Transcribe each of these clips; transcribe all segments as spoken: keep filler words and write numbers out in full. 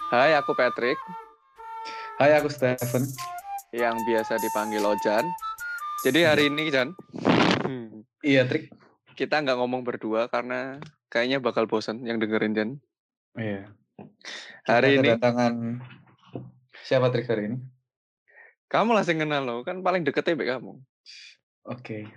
Hai, aku Patrick, Hai, aku Steven. yang biasa dipanggil Ojan. Jadi hari ini, Jan, Iya, Trik. kita nggak ngomong berdua karena kayaknya bakal bosan yang dengerin, Jan. Iya. Kita Hari ini, kedatangan siapa Trik hari ini? kamu langsung kenal loh, kan paling deket ya kamu. Oke.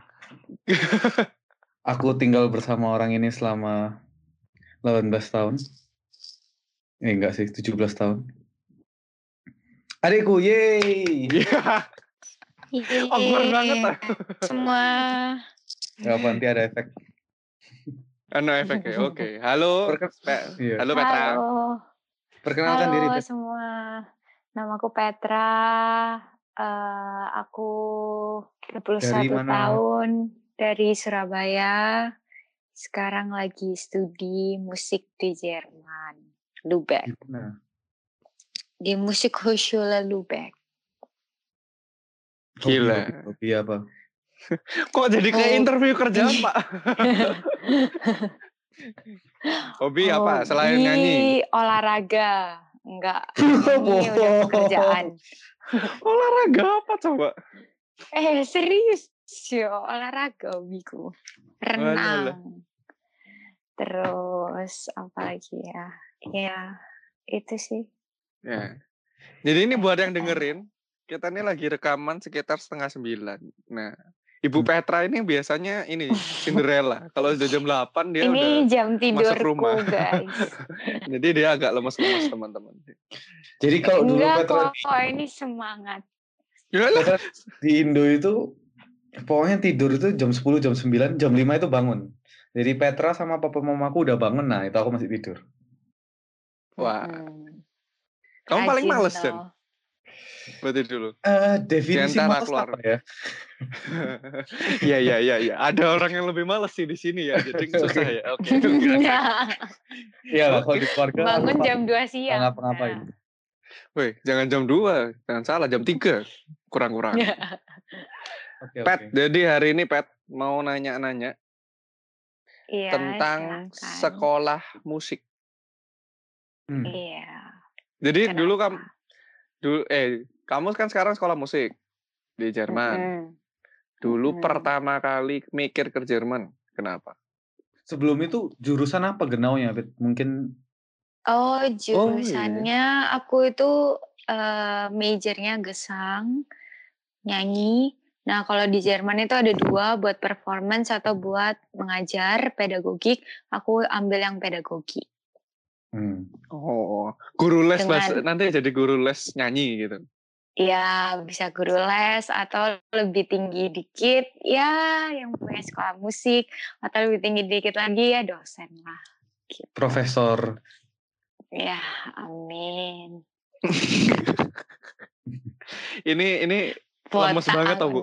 Aku tinggal bersama orang ini selama delapan belas tahun. Eh, enggak sih, tujuh belas tahun. Adikku, yeay! Iya, awkward banget Yeay, lah. semua. Gak apa, nanti ada efek. Ano efeknya, oke. Halo, Perken- Pe- iya. halo Petra. Halo, Perkenalkan diri, halo Pet. semua. Namaku Petra. Eh, aku dua puluh Dari satu mana? tahun dari Surabaya. Sekarang lagi studi musik di Jerman, Lübeck. Nah, Di Musikhochschule Lübeck. hobi, Gila. hobi, hobi apa? Kok jadi kayak Hobi. interview kerja, Pak? Hobi apa? Selain nyanyi? Olahraga. Enggak, nyanyi udah pekerjaan. Olahraga apa coba? Eh, serius yo, olahraga hobiku. Walah. Renang. Terus apa lagi ya? Ya, itu sih. Ya. Jadi ini buat yang dengerin, kita ini lagi rekaman sekitar setengah sembilan. Nah, Ibu Hmm. Petra ini biasanya ini Cinderella. Kalau sudah jam delapan dia udah Ini jam masuk tidurku, rumah. guys. Jadi dia agak lemes-lemes teman-teman. Jadi kalau dulu Enggak Petra, kok, ini semangat. Yalah. Petra di Indo itu pokoknya tidur itu jam sepuluh, jam sembilan, jam lima itu bangun. Jadi Petra sama papa mamaku udah bangun, nah itu aku masih tidur. Wah, Hmm. kamu paling Rajin males loh. Jan? Berarti dulu. Eh, definisi Di antara malas keluarga. apa ya? Iya, iya, iya, iya. Ada orang yang lebih males sih di sini ya. Jadi susah ya. Oke. Iya lah, kalau di keluarga Bangun aku jam dua nggak siang. ngapa-ngapain. Nah. Woi, jangan jam dua. Jangan salah, jam tiga. Kurang-kurang. Oke, Pet, oke. jadi hari ini Pet mau nanya-nanya Iya, tentang silakan. sekolah musik. Hmm. Iya. Jadi Kenapa? dulu kamu dulu eh kamu kan sekarang sekolah musik di Jerman. Mm-mm. Dulu Mm-mm. pertama kali mikir ke Jerman. Kenapa? Sebelum itu jurusan apa genaunya, Bet? Mungkin Oh, iya. jurusannya aku itu eh, majornya gesang, nyanyi. Nah, kalau di Jerman itu ada dua, buat performance atau buat mengajar, pedagogik. Aku ambil yang pedagogi. hmm. Oh, guru les Dengan- bahasa, nanti jadi guru les nyanyi gitu. Ya, bisa guru les atau lebih tinggi dikit, ya yang punya sekolah musik. Atau lebih tinggi dikit lagi, ya dosen lah. Gitu. Profesor. Ya, amin. ini ini lemes Botak banget tau Bu.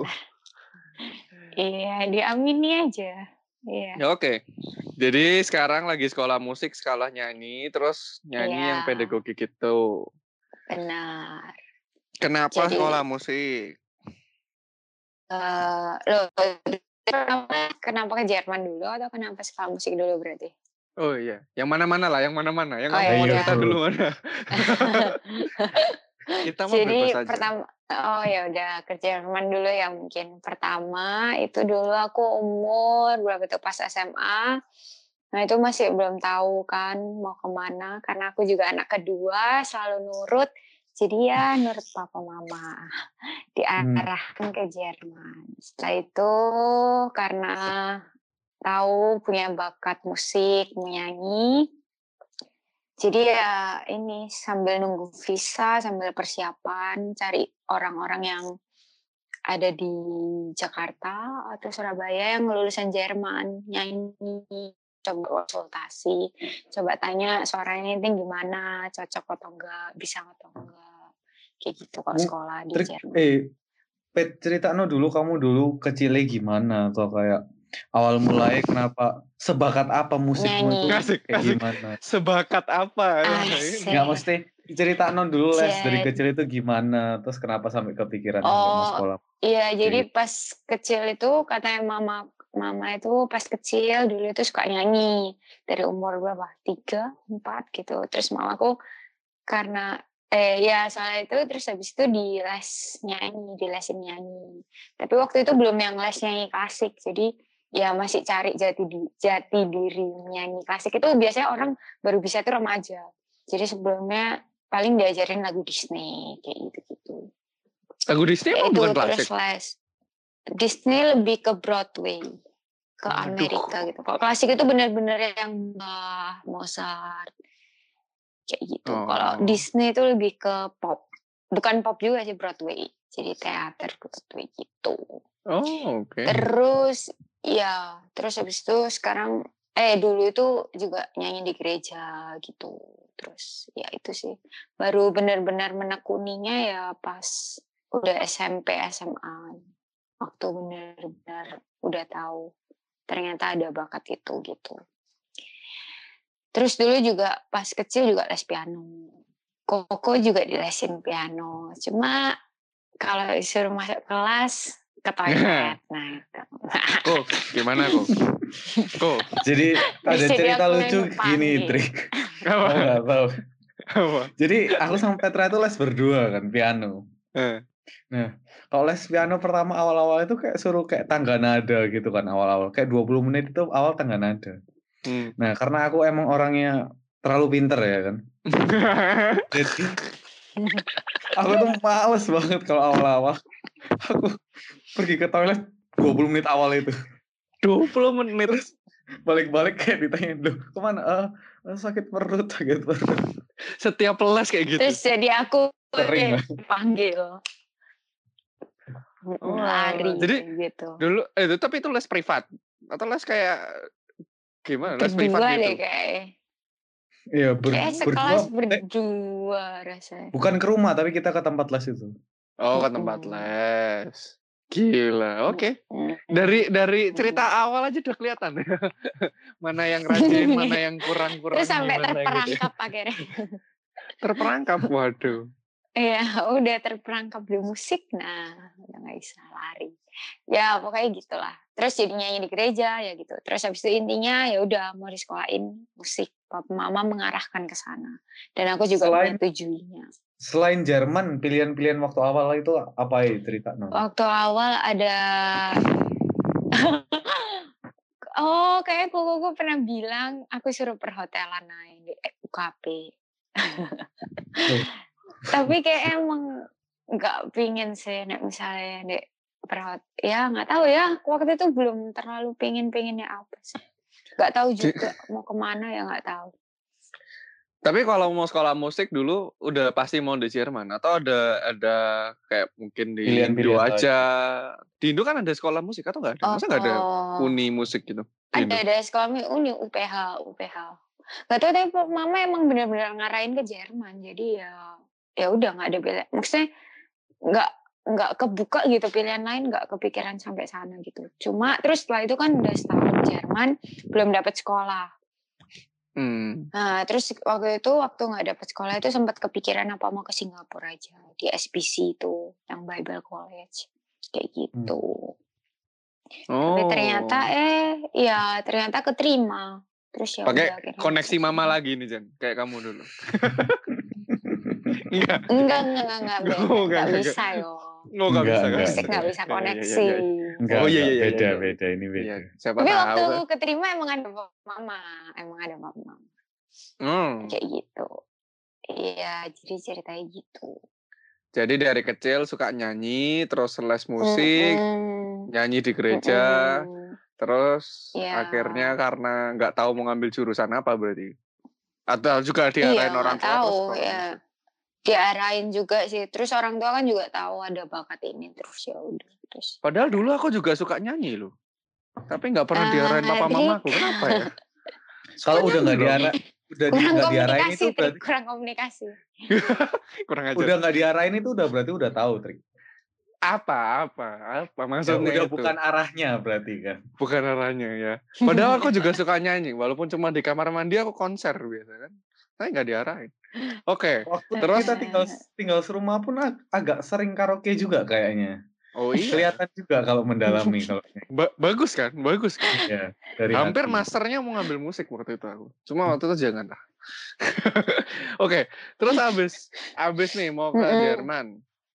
Iya, diamini aja. Iya. Ya oke. Jadi sekarang lagi sekolah musik, sekolah nyanyi, terus nyanyi Iya. yang pedagogi gitu. Benar. Kenapa Jadi- sekolah musik? Uh, loh, kenapa, kenapa ke Jerman dulu atau kenapa sekolah musik dulu berarti? Oh iya, yang mana-mana lah, yang mana-mana. Yang Oh, kamu mau iya. cerita dulu mana? Kita mau Jadi bebas aja. pertama, oh ya udah ke Jerman dulu ya mungkin. Pertama itu dulu aku umur berapa tuh pas S M A. Nah itu masih belum tahu kan mau kemana karena aku juga anak kedua selalu nurut. Jadi ya nurut papa mama diarahkan ke Jerman. Setelah itu karena tahu punya bakat musik menyanyi. Jadi ya ini sambil nunggu visa, sambil persiapan, cari orang-orang yang ada di Jakarta atau Surabaya yang lulusan Jerman, nyanyi, coba konsultasi, coba tanya suaranya ini gimana, cocok atau enggak, bisa atau enggak, kayak gitu kalau sekolah di Trik, Jerman. eh, Pet, cerita no dulu kamu dulu kecilnya gimana atau kayak awal mulai kenapa sebakat apa musikmu Nyanyi. itu Kasih, kayak kasih. gimana? Sebakat apa? Asik. Nggak mesti cerita no dulu les Jadi- dari kecil itu gimana, terus kenapa sampai kepikiran sampai mau Oh, sekolah? iya, jadi Gitu. pas kecil itu katanya mama mama itu pas kecil dulu itu suka nyanyi dari umur berapa tiga empat gitu. Terus mamaku karena eh ya soal itu terus habis itu di les nyanyi, di lesin nyanyi. Tapi waktu itu belum yang les nyanyi klasik, jadi ya masih cari jati di, jati diri nyanyi klasik itu biasanya orang baru bisa tuh remaja. Jadi sebelumnya paling diajarin lagu Disney kayak gitu-gitu. Lagu Disney Ya emang itu bukan terus klasik? les. Disney lebih ke Broadway, ke Waduh. Amerika gitu. Kalau klasik itu benar-benar yang Bach, Mozart kayak gitu. Oh. Kalau Disney itu lebih ke pop, bukan pop juga sih, Broadway. Jadi teater Broadway gitu. Oh, oke. Okay. Terus ya, terus habis itu sekarang eh dulu itu juga nyanyi di gereja gitu. Terus ya itu sih baru benar-benar menekuninya ya pas udah S M P S M A. Waktu benar-benar udah tahu ternyata ada bakat itu gitu. Terus dulu juga pas kecil juga les piano. Koko juga dilesin piano. Cuma kalau disuruh masuk kelas ke toilet. Nah itu. Kok gimana kok? Kok? Jadi ada Jadi cerita aku lucu yang gini, panggil. Trik. Apa? Oh nggak tahu. Apa? Jadi aku sama Petra itu les berdua kan piano. Eh. Nah, kalau les piano pertama awal-awal itu kayak suruh kayak tangga nada gitu kan awal-awal. Kayak dua puluh menit itu awal tangga nada. Hmm. Nah, karena aku emang orangnya terlalu pinter ya kan. Jadi aku tuh males banget kalau awal-awal. Aku pergi ke toilet dua puluh menit awal itu. dua puluh menit. Terus balik-balik kayak ditanya, "Loh, kemana? Eh, eh, sakit perut, sakit perut." Setiap les kayak gitu. Terus jadi aku Sering lah. panggil. Oh, lari jadi gitu. Dulu eh itu tapi itu les privat atau les kayak gimana? Les privat Berdua gitu. deh kayak. Iya, ber, Kayak berdua. sekelas eh, berdua rasanya. bukan ke rumah tapi kita ke tempat les itu. Oh, ke tempat Mm-mm. les. Gila, oke. Mm-mm. Dari dari cerita awal aja udah kelihatan ya. Mana yang rajin, mana yang kurang-kurang Terus sampai gimana gitu. ya. terperangkap akhirnya. Terperangkap, waduh. Iya, udah terperangkap di musik, nah udah nggak bisa lari. Ya pokoknya gitulah. Terus jadi nyanyi di gereja ya gitu. Terus habis itu intinya ya udah mau disekolahin musik. Papa mama mengarahkan ke sana. Dan aku juga Selain menyetujuinya. selain Jerman, pilihan-pilihan waktu awal itu apa ya cerita non? Waktu awal ada oh kayak koko pernah bilang aku suruh perhotelan naik di U K P. Tapi kayak emang nggak pingin sih nek misalnya dek perhot ya nggak tahu ya waktu itu belum terlalu pingin pinginnya apa sih nggak tahu juga mau kemana ya nggak tahu. Tapi kalau mau sekolah musik dulu udah pasti mau di Jerman atau ada ada kayak mungkin di Indo Pilihan-pilihan aja. Di Indo kan ada sekolah musik atau nggak ada? Masa nggak ada Oh, uni musik gitu? Di Indo? ada ada sekolah mi- uni U P H U P H nggak tahu tapi mama emang benar-benar ngarahin ke Jerman jadi ya ya udah nggak ada pilihan maksudnya nggak nggak kebuka gitu pilihan lain nggak kepikiran sampai sana gitu cuma terus setelah itu kan udah setahun di Jerman belum dapat sekolah. Hmm. Nah terus waktu itu waktu nggak dapat sekolah itu sempat kepikiran apa mau ke Singapura aja di S P C itu yang Bible College kayak gitu. Oh. Tapi ternyata eh ya ternyata keterima terus ya pakai udah akhirnya koneksi masuk mama sana. lagi nih Jen kayak kamu dulu. Enggak. enggak enggak enggak enggak beda Oh, enggak, enggak enggak, bisa yo Oh, nggak Enggak, bisa, enggak, musik nggak enggak. bisa Iya, iya, iya, koneksi. iya. Enggak, Oh iya enggak. iya beda, iya. iya. beda, ini beda. Iya, siapa Tapi tahu waktu kan. keterima emang ada mama, emang ada mama. Hmm. Kayak gitu. Iya, jadi ceritanya gitu. Jadi dari kecil suka nyanyi, terus les musik, Mm-mm. nyanyi di gereja, Mm-mm. terus Iya. akhirnya karena nggak tahu mau ngambil jurusan apa berarti. Atau juga Iya, diarahin orang nggak tua terus tahu sekolah ya. musik. Diarahin juga sih. Terus orang tua kan juga tahu ada bakat ini terus ya udah terus. Padahal dulu aku juga suka nyanyi loh. Tapi nggak pernah Ah, diarahin papa Trik. mamaku. Kenapa ya? Kalau Suka udah nyanyi nggak loh. diarah, udah di, Kurang nggak diarahin komunikasi, itu Trik. berarti Kurang komunikasi. Kurang ajar. udah nggak diarahin itu udah berarti udah tahu, Trik. Apa apa apa Ya, maksudnya udah itu? bukan arahnya berarti kan. Bukan arahnya ya. Padahal aku juga suka nyanyi, walaupun cuma di kamar mandi aku konser biasa kan. Tapi nggak diarahin. Oke, Waktu terus kita tinggal tinggal serumah pun ag- agak sering karaoke juga kayaknya. Oh iya. Kelihatan juga kalau mendalami kalau. Ba- bagus kan? Bagus kan? Iya, dari Hampir hati. masternya mau ngambil musik waktu itu aku. Cuma waktu itu jangan lah. Oke, terus abis abis nih mau ke Mm-mm. Jerman.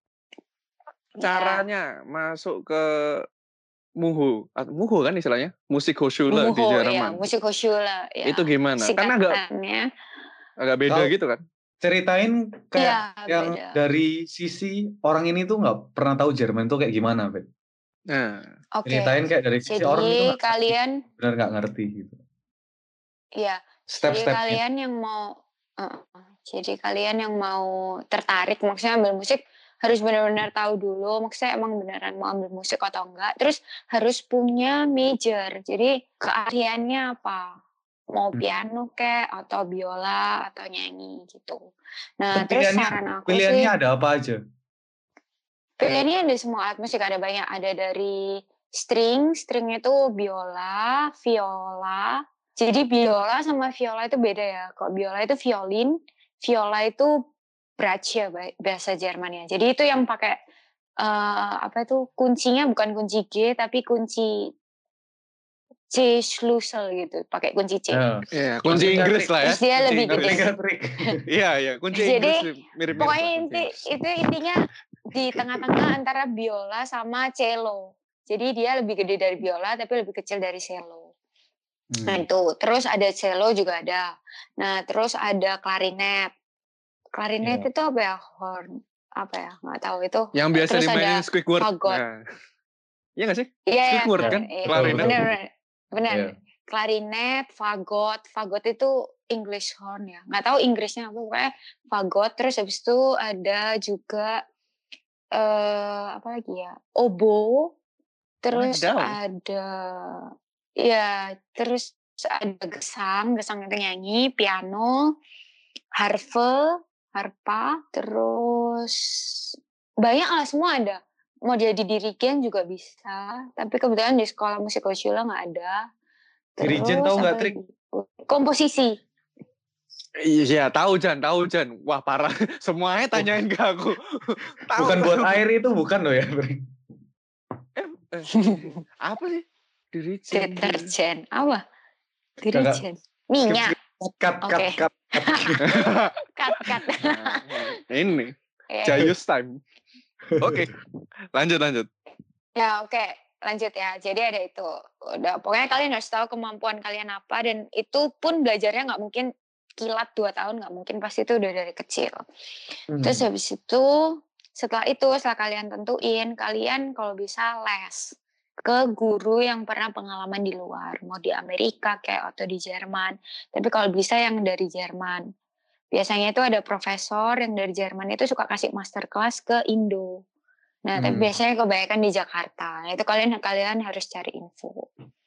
Caranya masuk ke Muhu, atau Muhu kan istilahnya, Musikhochschule di Muho, ya, Jerman. Musikhochschule, ya. Itu gimana? Kan agak Singkatannya. agak beda Kalau- gitu kan? Ceritain kayak Iya, yang beda. dari sisi orang ini tuh nggak pernah tahu Jerman tuh kayak gimana, Bet. Nah, Oke. Ceritain kayak dari sisi Jadi orang itu nggak kalian, benar nggak ngerti gitu. ya, jadi Step-stepnya. kalian yang mau, uh, jadi kalian yang mau tertarik, maksudnya ambil musik harus benar-benar tahu dulu, maksudnya emang beneran mau ambil musik atau enggak. Terus harus punya major. Jadi keahliannya apa? Mau Hmm. piano kek, atau biola, atau nyanyi gitu. Nah, Dan terus pilihannya- saran aku Pilihannya sih, ada apa aja? pilihannya ada semua alat musik, ada banyak. Ada dari string, string itu biola, viola. Jadi biola sama viola itu beda ya. Kalau biola itu violin, viola itu Bratsche bahasa Jermannya. Jadi itu yang pakai uh, apa itu kuncinya bukan kunci G tapi kunci C Schlüssel gitu, pakai kunci C. Ya. ya kunci Maksudnya Inggris trik- lah ya. Terus dia Kunci lebih Inggris. gede. Ngerti trik. Iya, iya, kunci Jadi, Inggris mirip-mirip. Pokoknya lah, kunci inti Inggris. itu intinya di tengah-tengah antara biola sama cello. Jadi dia lebih gede dari biola tapi lebih kecil dari cello. Hmm. Nah itu, terus ada cello juga ada. Nah terus ada klarinet. Klarinet Iya. itu apa ya? Horn, apa ya? Nggak tahu itu. Yang biasa Terus dimainin ada Squidward. fagot. Nah. Iya nggak sih? Iya, Squidward iya, kan? iya. Klarinet. Benar, benar, benar. Iya. Klarinet, fagot, fagot itu English horn ya. Nggak tahu Inggrisnya apa, pokoknya fagot. Terus habis itu ada juga eh apa lagi ya? Oboe. Terus Wadaw. ada, ya, terus ada gesang, gesang itu nyanyi, piano, harfe, harpa, terus banyak lah, semua ada. Mau jadi dirigen juga bisa, tapi kebetulan di sekolah Musikhochschule nggak ada. Dirigen tahu nggak, apa Trik? lagi? Komposisi. Iya, tahu Jan, tahu Jan. Wah parah, semuanya tanyain ke aku. Tahu, Bukan tahu. buat air itu, bukan loh ya. Trik. Eh, eh, apa sih? Dirigen. Deterjen, apa? Dirigen. Minyak. Cut, cut, Oke. cut, cut. Cut, cut. Nah, ini Eh, Jayus time. Oke, lanjut lanjut. Ya oke, lanjut ya. Jadi ada itu. Udah, pokoknya kalian harus tahu kemampuan kalian apa, dan itu pun belajarnya nggak mungkin kilat dua tahun, nggak mungkin, pasti itu udah dari kecil. Hmm. Terus habis itu, setelah itu, setelah kalian tentuin, kalian kalau bisa les ke guru yang pernah pengalaman di luar, mau di Amerika kayak atau di Jerman. Tapi kalau bisa yang dari Jerman. Biasanya itu ada profesor yang dari Jerman itu suka kasih masterclass ke Indo. Nah, tapi Hmm. biasanya kebanyakan di Jakarta. Nah, itu kalian kalian harus cari info.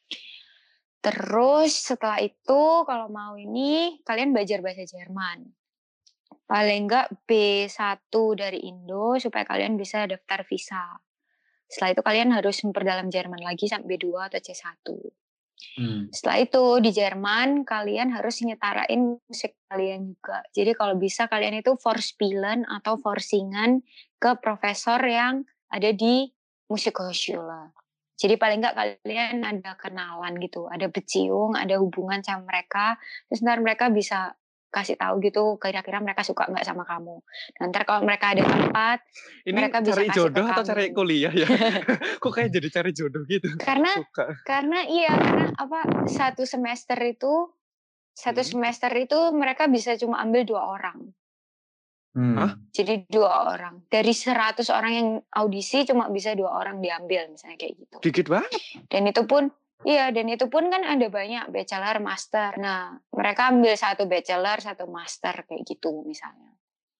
Terus setelah itu kalau mau ini kalian belajar bahasa Jerman. Paling enggak B satu dari Indo supaya kalian bisa daftar visa. Setelah itu kalian harus memperdalam Jerman lagi sampai B dua atau C satu. Hmm. Setelah itu di Jerman kalian harus nyetarain musik kalian juga. Jadi kalau bisa kalian itu vorspielen atau forsingan ke profesor yang ada di Musikhochschule. Jadi paling nggak kalian ada kenalan gitu, ada berciung, ada hubungan sama mereka. Terus ntar mereka bisa kasih tahu gitu kira-kira mereka suka nggak sama kamu. Dan ntar kalau mereka ada tempat, Ini mereka bisa cari kasih jodoh ke atau kamu. cari kuliah ya? Kok kayak jadi cari jodoh gitu? Karena Suka. karena iya karena apa satu semester itu satu Hmm. semester itu mereka bisa cuma ambil dua orang. Hmm. Hah? Jadi dua orang. Dari seratus orang yang audisi cuma bisa dua orang diambil misalnya kayak gitu. Dikit banget. Dan itu pun iya dan itu pun kan ada banyak bachelor, master. Nah, mereka ambil satu bachelor, satu master kayak gitu misalnya.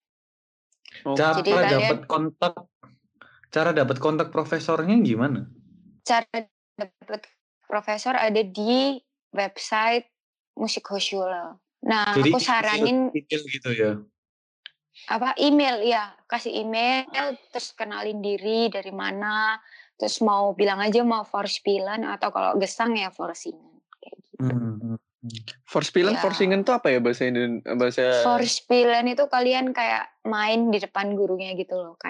Oh. Cara Jadi kalian- dapat kontak, cara dapat kontak profesornya gimana? Cara dapat profesor ada di website Musikhochschule. Nah, Jadi aku saranin email gitu ya. apa email ya, kasih email terus kenalin diri dari mana, terus mau bilang aja mau vorspielen atau kalau gesang ya forsingan kayak gitu. Hmm. Vorspielen, Ya. Forsingen itu apa ya bahasa Indonesian? Bahasa Vorspielen itu kalian kayak main di depan gurunya gitu loh, kayak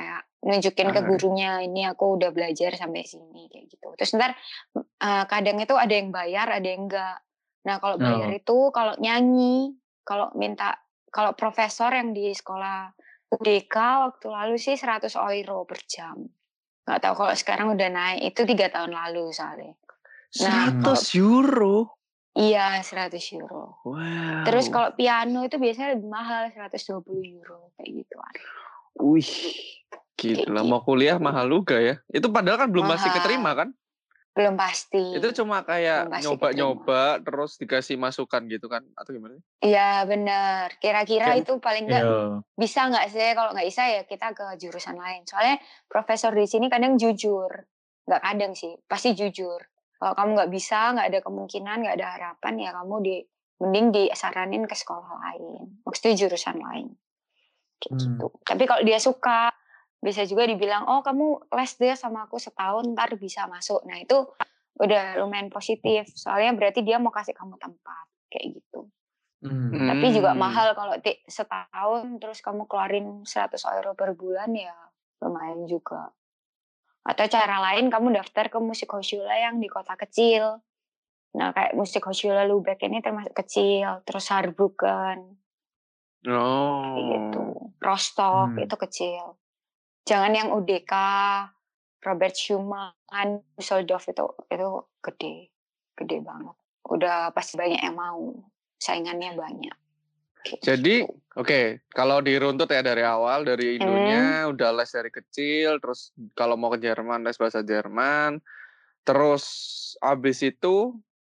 nunjukin ke Ah. gurunya ini aku udah belajar sampai sini kayak gitu. Terus ntar uh, kadang itu ada yang bayar, ada yang enggak. Nah kalau bayar Oh. itu kalau nyanyi, kalau minta, kalau profesor yang di sekolah U D K waktu lalu sih seratus euro per jam. Nggak tahu kalau sekarang udah naik, itu tiga tahun lalu soalnya. Nah, seratus euro? Iya, seratus euro. Wow. Terus kalau piano itu biasanya lebih mahal, seratus dua puluh euro kayak gituan. Wih, gila. Mau kuliah mahal juga ya. Itu padahal kan belum Mahal. pasti keterima kan? Belum pasti. Itu cuma kayak nyoba-nyoba terus dikasih masukan gitu kan? Atau gimana? Iya benar. Kira-kira Kayak, itu paling nggak iya. bisa nggak sih? Kalau nggak bisa ya kita ke jurusan lain. Soalnya profesor di sini kadang jujur. Nggak kadang sih, pasti jujur. Kalau kamu nggak bisa, nggak ada kemungkinan, nggak ada harapan, ya kamu di mending disaranin ke sekolah lain. Maksudnya jurusan lain. Kayak Hmm. gitu. Tapi kalau dia suka, bisa juga dibilang, oh kamu les deh sama aku setahun, ntar bisa masuk. Nah itu udah lumayan positif. Soalnya berarti dia mau kasih kamu tempat. Kayak gitu. Hmm. Tapi juga mahal kalau setahun terus kamu keluarin seratus euro per bulan ya lumayan juga. Atau cara lain kamu daftar ke Musikhochschule yang di kota kecil. Nah kayak Musikhochschule Lübeck ini termasuk kecil. Terus Saarbrücken. Oh. Kayak gitu. Rostock Hmm. itu kecil. Jangan yang U D K, Robert Schumann, Düsseldorf itu itu gede. Gede banget. Udah pasti banyak yang mau. Saingannya banyak. Gitu. Jadi, oke, okay, kalau diruntut ya dari awal, dari Indonya, hmm. udah les dari kecil, terus kalau mau ke Jerman, les bahasa Jerman, terus abis itu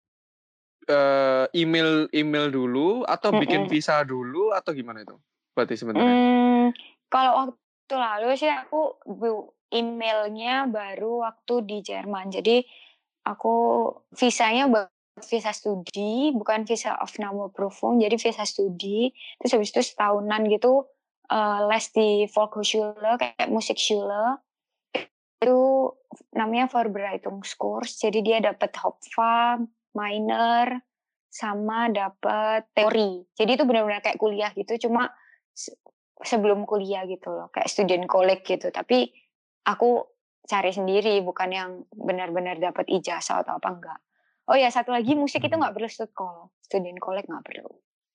uh, email email dulu, atau mm-mm. bikin visa dulu, atau gimana itu? Berarti sebenarnya? Hmm, kalau waktu lalu sih aku emailnya baru waktu di Jerman, jadi aku visanya baru visa studi, bukan visa Aufnahmeprüfung, jadi visa studi. Terus habis itu setahunan gitu uh, les di Volkshochschule, kayak Musikschule. Itu namanya Vorbereitungskurs, jadi dia dapat Hauptfach, minor, sama dapat teori. Jadi itu benar-benar kayak kuliah gitu, cuma sebelum kuliah gitu loh, kayak student college gitu. Tapi aku cari sendiri, bukan yang benar-benar dapat ijazah atau apa enggak. Oh ya, satu lagi musik itu nggak perlu student college, student college nggak perlu.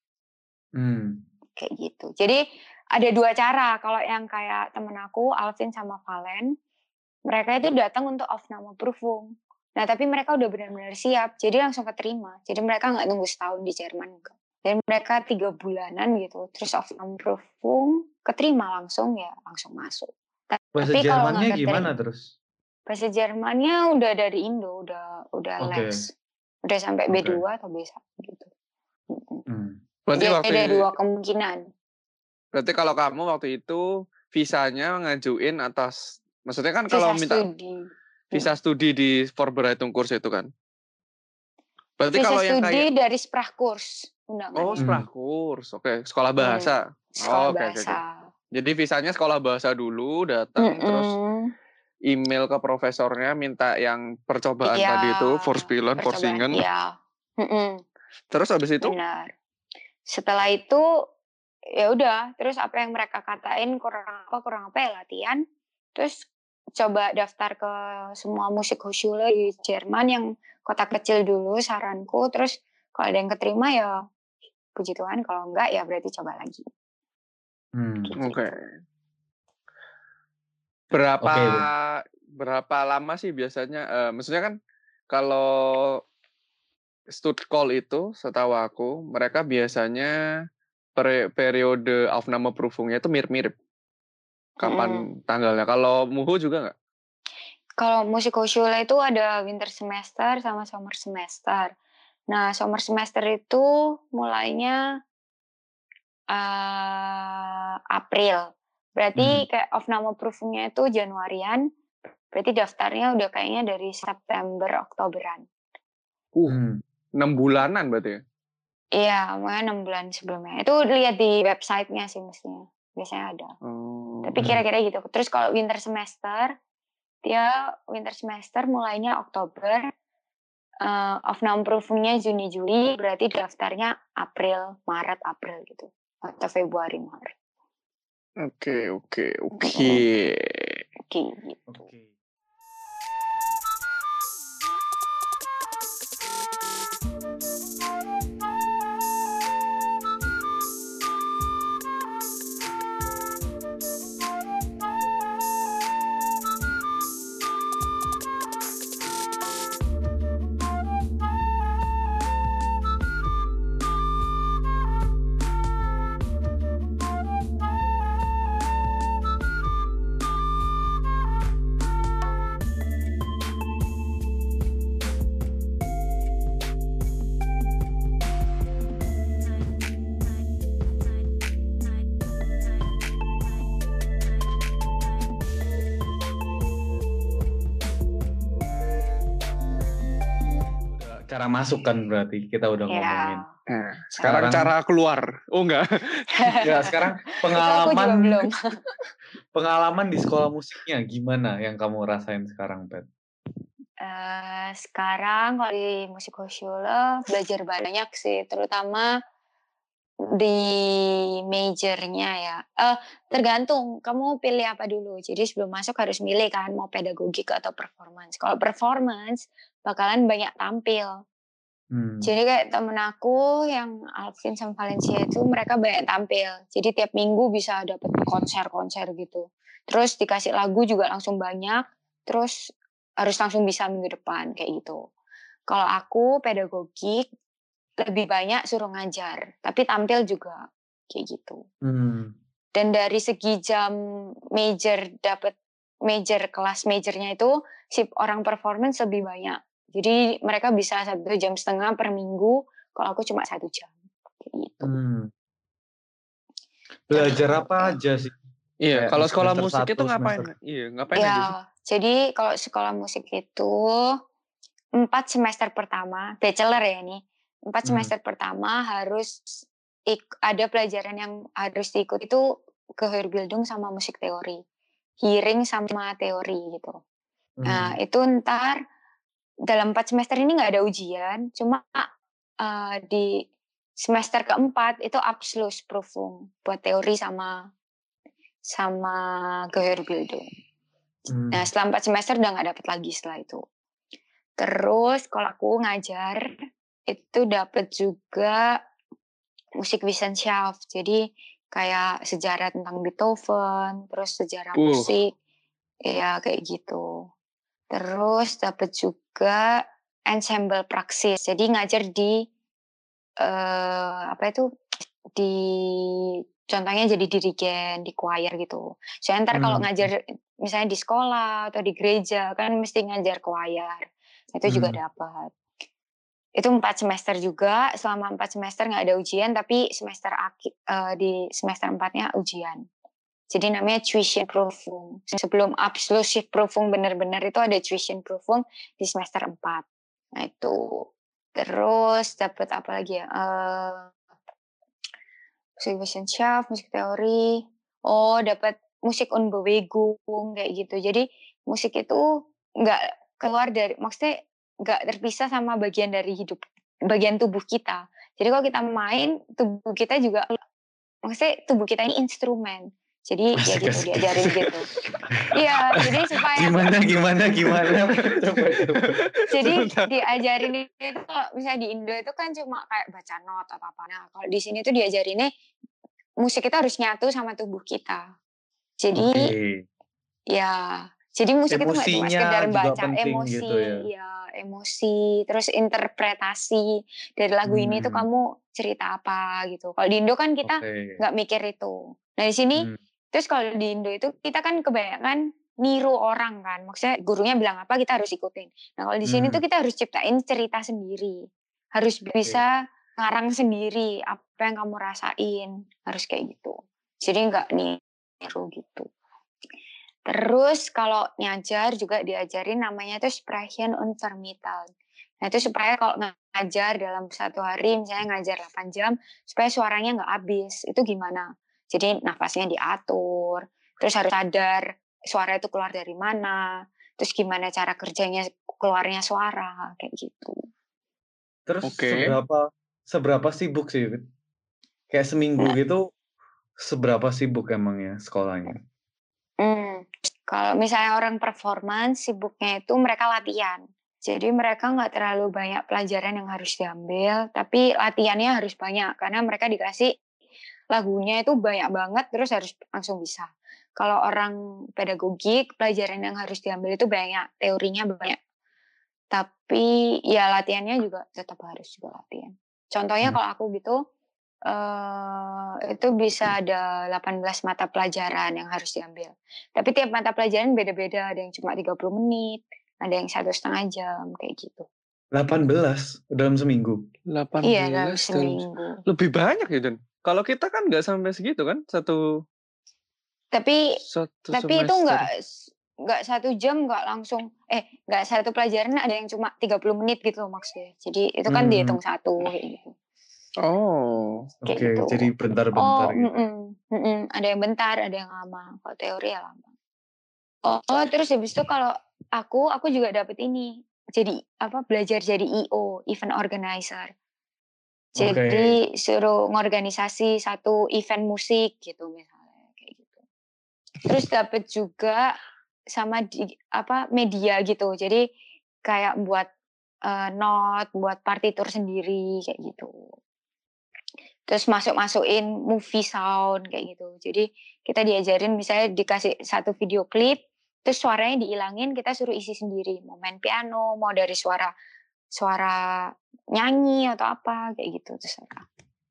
Hmm. Kayak gitu. Jadi ada dua cara. Kalau yang kayak temen aku, Alvin sama Valen, mereka itu datang untuk Aufnahmeprüfung. Nah tapi mereka udah benar-benar siap, jadi langsung keterima. Jadi mereka nggak nunggu setahun di Jerman. Dan mereka tiga bulanan gitu, terus Aufnahmeprüfung, keterima langsung ya langsung masuk. Bahasa tapi Jermannya gimana terus? Bahasa Jermannya udah dari Indo, udah udah okay. les, udah sampai B dua okay. atau B satu gitu. Hmm. Berarti jadi waktu ada dua kemungkinan. Berarti kalau kamu waktu itu visanya ngajuin atas, maksudnya kan visa kalau minta studi. visa studi di Vorbereitungskurs itu kan? Berarti visa kalau studi yang kayak dari Sprachkurs. Oh, Sprachkurs. Oke, okay. Sekolah bahasa. Hmm. Sekolah oh, okay, bahasa. Okay, okay. Jadi visanya sekolah bahasa dulu, datang mm-mm. terus email ke profesornya minta yang percobaan ya, tadi itu, Vorspielen, Vorsingen. Iya. Terus habis itu? Benar. Setelah itu ya udah, terus apa yang mereka katain kurang apa kurang apa ya latihan. Terus coba daftar ke semua Musikhochschule di Jerman yang kota kecil dulu saranku. Terus kalau ada yang keterima ya puji Tuhan, kalau enggak ya berarti coba lagi. Hmm. Gitu. Oke. Okay. Berapa okay, berapa lama sih biasanya? Uh, maksudnya kan kalau Studcall itu setahu aku mereka biasanya per, periode Aufnahmeprüfungnya itu mirip-mirip. Kapan hmm. tanggalnya? Kalau Muhu juga nggak? Kalau Musikhochschule itu ada winter semester sama summer semester. Nah, summer semester itu mulainya uh, April. Berarti hmm. kayak Aufnahmeprüfungnya itu Januarian. Berarti daftarnya udah kayaknya dari September, Oktoberan. Uh, enam bulanan berarti ya? Iya, makanya enam bulan sebelumnya. Itu lihat di websitenya sih mestinya. Biasanya ada. Oh. Tapi kira-kira gitu. Terus kalau winter semester, dia winter semester mulainya Oktober. Uh, Aufnahmeprüfungnya Juni, Juli. Berarti daftarnya April, Maret, April gitu. Atau Februari, Maret. Oke, oke, oke. Kayak gitu. Oke. Cara masuk kan berarti kita udah Ya. ngomongin. Nah, sekarang, Sekarang- cara keluar. Oh enggak. Ya sekarang Itu aku juga pengalaman belum. pengalaman di sekolah musiknya gimana yang kamu rasain sekarang, Pet? Eh, sekarang kalau di musik Hochschule belajar banyak sih, terutama di majornya ya. Eh, tergantung kamu pilih apa dulu. Jadi sebelum masuk harus milih kan mau pedagogik atau performance. Kalau performance bakalan banyak tampil. Hmm. Jadi kayak temen aku yang Alvin sama Valencia itu mereka banyak tampil. Jadi tiap minggu bisa dapet konser-konser gitu. Terus dikasih lagu juga langsung banyak. Terus harus langsung bisa minggu depan kayak gitu. Kalau aku pedagogik lebih banyak suruh ngajar, tapi tampil juga kayak gitu. Hmm. Dan dari segi jam major dapat major kelas majornya itu si orang performance lebih banyak. Jadi mereka bisa satu jam setengah per minggu, kalau aku cuma satu jam. Kayak gitu. Hmm. Belajar apa aja sih? Iya, Kayak kalau di sekolah semester musik satu, itu ngapain? semester- Iya, ngapain aja sih? Ya, jadi kalau sekolah musik itu empat semester pertama, bachelor ya nih, empat Hmm. semester pertama harus ik- ada pelajaran yang harus diikut itu Gehörbildung sama musik teori, hearing sama teori gitu. Hmm. Nah itu ntar dalam empat semester ini nggak ada ujian, cuma uh, di semester keempat itu Abschlussprüfung buat teori sama sama Gehörbildung. Hmm. Nah setelah empat semester udah nggak dapat lagi setelah itu. Terus kalau aku ngajar itu dapat juga Musikwissenschaft, jadi kayak sejarah tentang Beethoven, terus sejarah Uh. musik, ya kayak gitu. Terus dapat juga ensemble praksis, jadi ngajar di uh, apa itu di contohnya jadi dirigen di choir gitu. Soalnya ntar kalau Hmm. ngajar misalnya di sekolah atau di gereja kan mesti ngajar choir, itu Hmm. juga dapat. Itu empat semester juga, selama empat semester nggak ada ujian, tapi semester akhir uh, di semester empatnya ujian. Jadi namanya Zwischenprüfung. Sebelum Abschlussprüfung benar-benar itu ada Zwischenprüfung di semester empat. Nah itu. Terus dapat apa lagi ya? Uh, Musikwissenschaft, musik teori. Oh, dapat musik und Bewegung kayak gitu. Jadi musik itu nggak keluar dari, maksudnya nggak terpisah sama bagian dari hidup, bagian tubuh kita. Jadi kalau kita main, tubuh kita juga, maksudnya tubuh kita ini instrumen. Jadi ya Asik, gitu asik. diajarin gitu. Iya, jadi supaya Gimana gimana gimana? Coba coba. jadi diajarin itu kalau misalnya di Indo itu kan cuma kayak baca not atau apa. Nah kalau di sini tuh diajarinnya musik kita harus nyatu sama tubuh kita. Jadi Oke. ya, jadi musik itu nggak cuma Emosinya sekedar juga baca, penting emosi, gitu ya. ya emosi, terus interpretasi dari lagu ini tuh Hmm. kamu cerita apa gitu. Kalau di Indo kan kita Oke. nggak mikir itu. Nah di sini, Hmm. terus kalau di Indo itu kita kan kebanyakan niru orang kan, maksudnya gurunya bilang apa kita harus ikutin. Nah kalau di sini Hmm. tuh kita harus ciptain cerita sendiri, harus bisa ngarang sendiri apa yang kamu rasain, harus kayak gitu. Jadi nggak niru gitu. Terus kalau ngajar juga diajarin namanya itu Sprechen und Vermitteln. Nah itu supaya kalau ngajar dalam satu hari, misalnya ngajar delapan jam, supaya suaranya nggak habis. Itu gimana? Jadi nafasnya diatur, terus harus sadar suara itu keluar dari mana, terus gimana cara kerjanya keluarnya suara, kayak gitu. Terus Oke. seberapa seberapa sibuk sih? Kayak seminggu Nah. gitu, seberapa sibuk emangnya sekolahnya? Hmm, Kalau misalnya orang performance, sibuknya itu mereka latihan. Jadi mereka nggak terlalu banyak pelajaran yang harus diambil, tapi latihannya harus banyak karena mereka dikasih lagunya itu banyak banget, terus harus langsung bisa. Kalau orang pedagogik, pelajaran yang harus diambil itu banyak, teorinya banyak. Tapi ya latihannya juga tetap harus juga latihan. Contohnya Hmm. kalau aku gitu, uh, itu bisa ada delapan belas mata pelajaran yang harus diambil. Tapi tiap mata pelajaran beda-beda, ada yang cuma tiga puluh menit, ada yang satu setengah jam, kayak gitu. delapan belas dalam seminggu? delapan belas Iya, dalam dalam seminggu. Lebih banyak ya, Dan? Kalau kita kan nggak sampai segitu kan, satu Tapi satu tapi itu semester. nggak nggak satu jam nggak langsung eh nggak satu pelajaran ada yang cuma tiga puluh menit gitu loh maksudnya. Jadi itu kan Hmm. dihitung satu kayak gitu. Oh, Oke, Kayak gitu. jadi bentar-bentar Oh, gitu. mm-mm, mm-mm. Ada yang bentar, ada yang lama. Kalau teori ya lama. Oh, oh, terus habis itu kalau aku aku juga dapet ini. Jadi apa belajar jadi I O, event organizer. Jadi Oke. suruh ngorganisasi satu event musik gitu misalnya kayak gitu. Terus dapet juga sama di apa media gitu. Jadi kayak buat uh, note, buat partitur sendiri kayak gitu. Terus masuk-masukin movie sound kayak gitu. Jadi kita diajarin misalnya dikasih satu video klip, terus suaranya dihilangin, kita suruh isi sendiri. Mau main piano, mau dari suara suara nyanyi atau apa kayak gitu terserah.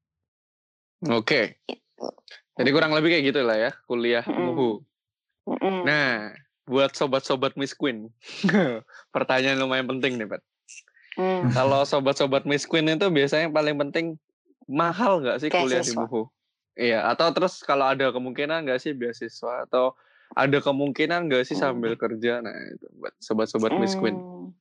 Oke. Gitu. Jadi kurang lebih kayak gitu lah ya kuliah Mm-mm. Muhu. Mm-mm. Nah, buat sobat-sobat Miss Queen, pertanyaan lumayan penting nih, Pat. Mm. Kalau sobat-sobat Miss Queen itu biasanya yang paling penting mahal nggak sih kuliah di Beasiswa. Muhu? Iya, atau terus kalau ada kemungkinan nggak sih beasiswa atau ada kemungkinan nggak sih sambil kerja? Nah, itu buat sobat-sobat Miss Queen. Mm.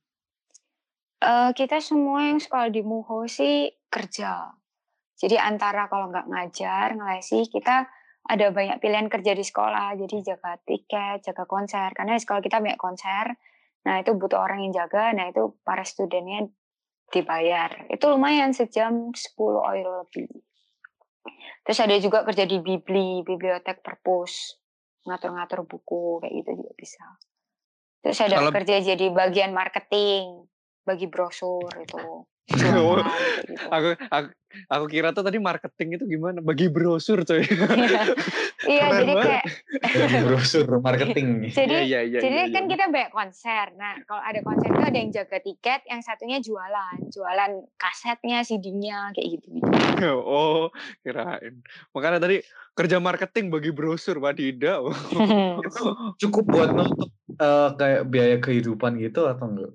Uh, kita semua yang sekolah di Muhu sih kerja. Jadi antara kalau nggak ngajar, ngelesi, kita ada banyak pilihan kerja di sekolah. Jadi jaga tiket, jaga konser. Karena di sekolah kita banyak konser. Nah itu butuh orang yang jaga. Nah itu para studennya dibayar. Itu lumayan sejam sepuluh euro lebih. Terus ada juga kerja di Bibli, bibliotek perpus. Ngatur-ngatur buku, kayak gitu juga bisa. Terus ada Kalau kerja jadi bagian marketing. Bagi brosur itu. Jualan, kayak gitu. aku, aku aku kira tuh tadi marketing itu gimana? Bagi brosur coy. Iya, Keren jadi banget. kayak Bagi brosur marketing. jadi Iya, iya, iya, jadi iya, kan iya. kita banyak konser. Nah, kalau ada konser itu ada yang jaga tiket, yang satunya jualan, jualan kasetnya, C D-nya kayak gitu. Oh, kirain. Makanya tadi kerja marketing bagi brosur, wadidaw. Itu cukup buat nutup uh, kayak biaya kehidupan gitu atau enggak?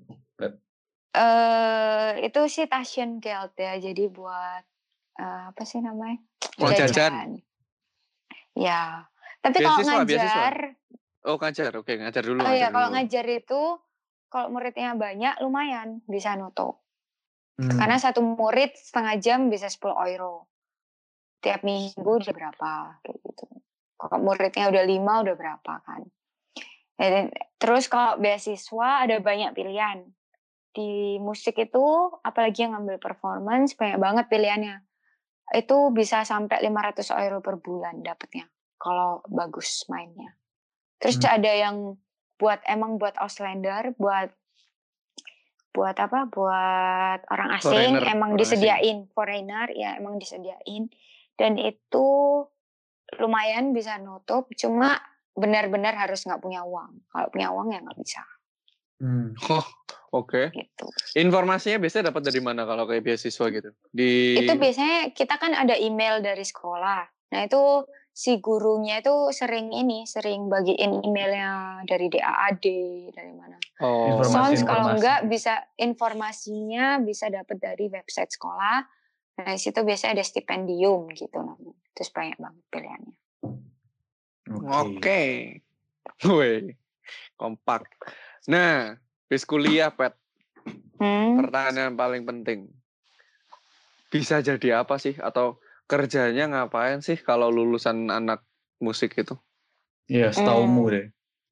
Uh, itu sih Tassion Guild ya, jadi buat uh, apa sih namanya? Uang jajan. Ya, tapi kalau Beasiswa, ngajar, beasiswa. Oh ngajar, oke ngajar dulu. oh ngajar ya kalau dulu. ngajar itu kalau muridnya banyak lumayan bisa nutup. Hmm. Karena satu murid setengah jam bisa sepuluh euro. Tiap minggu udah berapa kayak gitu. Kalau muridnya udah lima udah berapa kan. Dan terus kalau beasiswa ada banyak pilihan. Di musik itu apalagi yang ngambil performance banyak banget pilihannya. Itu bisa sampai lima ratus euro per bulan dapatnya kalau bagus mainnya. Terus hmm. ada yang buat emang buat Auslander, buat buat apa? Buat orang asing, foreigner, emang orang disediain asing. Foreigner ya emang disediain. Dan itu lumayan bisa nutup, cuma benar-benar harus nggak punya uang. Kalau punya uang ya nggak bisa. Hmm. Oh, oke. Okay. Gitu. Informasinya biasanya dapat dari mana kalau kayak beasiswa gitu? Di Itu biasanya kita kan ada email dari sekolah. Nah itu si gurunya itu sering ini, sering bagiin emailnya dari D A A D, dari mana. Oh. Soalnya kalau enggak bisa informasinya bisa dapat dari website sekolah. Nah di situ biasanya ada stipendium gitu namanya. Terus banyak banget pilihannya. Oke. Woi, kompak. Nah, bis kuliah, Pet. Hmm? Pertanyaan paling penting. Bisa jadi apa sih? Atau kerjanya ngapain sih kalau lulusan anak musik itu? Iya, setaumu hmm. deh.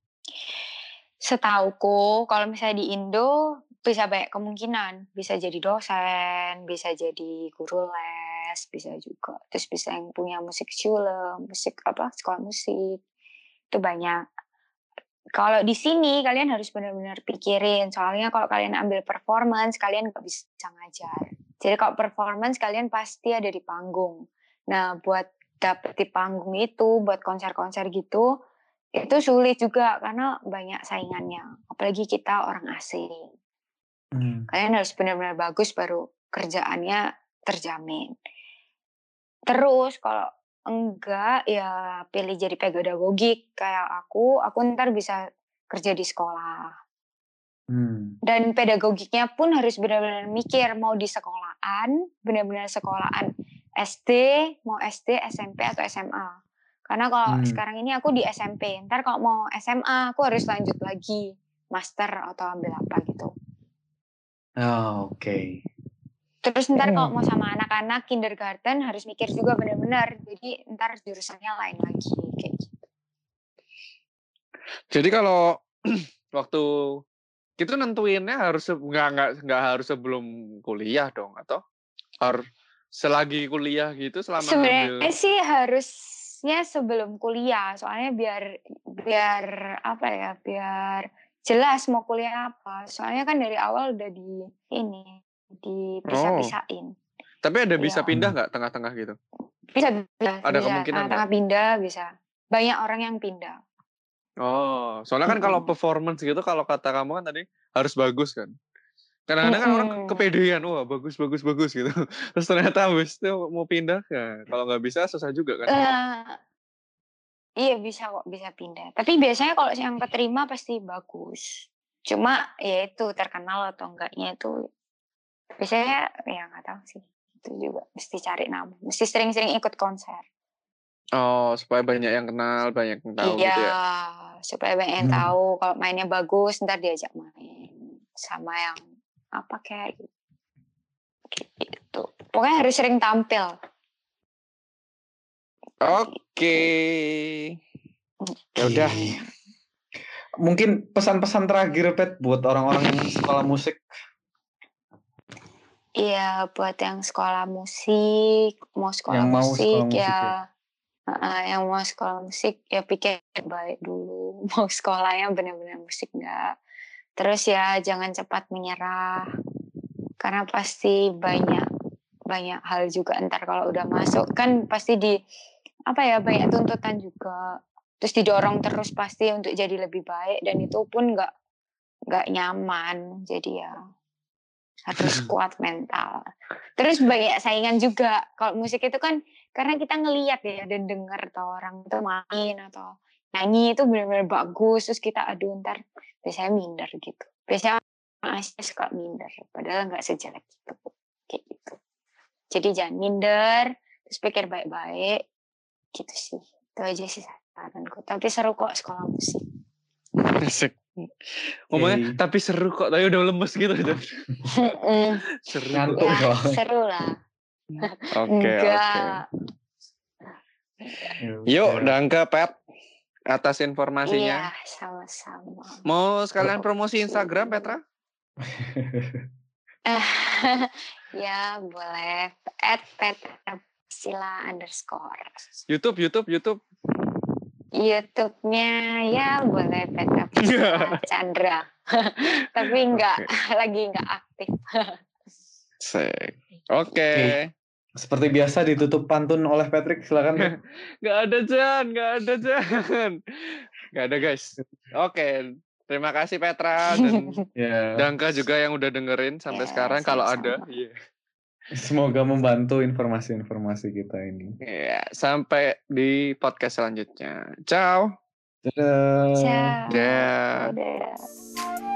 Setauku, kalau misalnya di Indo bisa banyak kemungkinan. Bisa jadi dosen, bisa jadi guru les, bisa juga. Terus bisa yang punya musik schule, musik apa, sekolah musik. Itu banyak. kalau di sini kalian harus benar-benar pikirin. Soalnya kalau kalian ambil performance, kalian nggak bisa ngajar. Jadi kalau performance kalian pasti ada di panggung. Nah, buat dapet di panggung itu, buat konser-konser gitu, itu sulit juga karena banyak saingannya. Apalagi kita orang asing. Hmm. Kalian harus benar-benar bagus baru kerjaannya terjamin. Terus kalau enggak ya pilih jadi pedagogik kayak aku, aku ntar bisa kerja di sekolah. Hmm. Dan pedagogiknya pun harus benar-benar mikir mau di sekolahan, benar-benar sekolahan S D, mau S D, S M P atau S M A. Karena kalau hmm. sekarang ini aku di S M P, ntar kalau mau S M A aku harus lanjut lagi master atau ambil apa gitu. Oh, oke. Okay. Terus ntar kalau mau sama anak-anak kindergarten harus mikir juga benar-benar. Jadi ntar jurusannya lain lagi kayak gitu. Jadi kalau waktu itu nentuinnya harus nggak nggak nggak harus sebelum kuliah dong atau harus selagi kuliah gitu selama sebenarnya ngambil... sih harusnya sebelum kuliah soalnya biar biar apa ya biar jelas mau kuliah apa. Soalnya kan dari awal udah di ini dipisah-pisahin. Oh. Tapi ada bisa ya. Pindah nggak tengah-tengah gitu? Bisa, bisa. Ada bisa. kemungkinan tengah-tengah pindah bisa. Banyak orang yang pindah. Oh, soalnya kan kalau performance gitu, kalau kata kamu kan tadi harus bagus kan. Kadang-kadang kan orang kepedean, wah bagus, bagus, bagus gitu. Terus ternyata habis itu mau pindah, ya kalau nggak bisa susah juga kan. Uh, iya bisa kok, bisa pindah. Tapi biasanya kalau yang keterima pasti bagus. Cuma ya itu terkenal atau enggaknya itu biasanya ya nggak tahu sih. Itu juga mesti cari nama, mesti sering-sering ikut konser. Oh, supaya banyak yang kenal, banyak yang tahu iya, gitu ya. Iya, supaya banyak yang hmm. tahu kalau mainnya bagus, ntar diajak main sama yang apa kayak gitu. Pokoknya harus sering tampil. Oke. Okay. Ya udah. Mungkin pesan-pesan terakhir Pet buat orang-orang yang sekolah musik. Iya, buat yang sekolah musik, mau sekolah yang musik, mau sekolah musik ya, ya. Uh, yang mau sekolah musik ya pikir baik dulu. Mau sekolahnya benar-benar musik enggak. Terus ya jangan cepat menyerah. Karena pasti banyak banyak hal juga ntar kalau udah masuk kan pasti di apa ya banyak tuntutan juga. Terus didorong terus pasti untuk jadi lebih baik dan itu pun enggak enggak nyaman. Jadi ya harus kuat mental. Terus banyak saingan juga. Kalau musik itu kan karena kita ngelihat ya dan dengar atau orang itu main atau nyanyi itu benar-benar bagus. Terus kita aduh ntar biasanya minder gitu. Biasanya masih suka minder. Padahal nggak sejelek gitu. Kayak gitu. Jadi jangan minder. Terus pikir baik-baik. Gitu sih. Itu aja sih saranku. Tapi seru kok sekolah musik. Asik. Ngomongnya okay. Tapi seru kok, tapi udah lemes gitu. Seru ngantuk ya, seru lah. Oke, oke. Yuk, Dangke Pet atas informasinya. Iya, sama-sama. Mau sekalian promosi Instagram, Petra? Ya, boleh. At Petra Sila underscore. YouTube, YouTube, YouTube. YouTube-nya ya boleh Petra Chandra. Tapi enggak okay. lagi enggak aktif. Oke. Okay. Seperti biasa ditutup pantun oleh Patrick, silakan. Enggak ada Jan, enggak ada Jan. Enggak ada guys. Oke. Okay. Terima kasih Petra dan yeah. Dangka juga yang udah dengerin sampai yeah, sekarang sama-sama. Kalau ada. Yeah. Semoga membantu informasi-informasi kita ini. Ya, sampai di podcast selanjutnya. Ciao. Dadah. Ciao. Dadah. Dadah.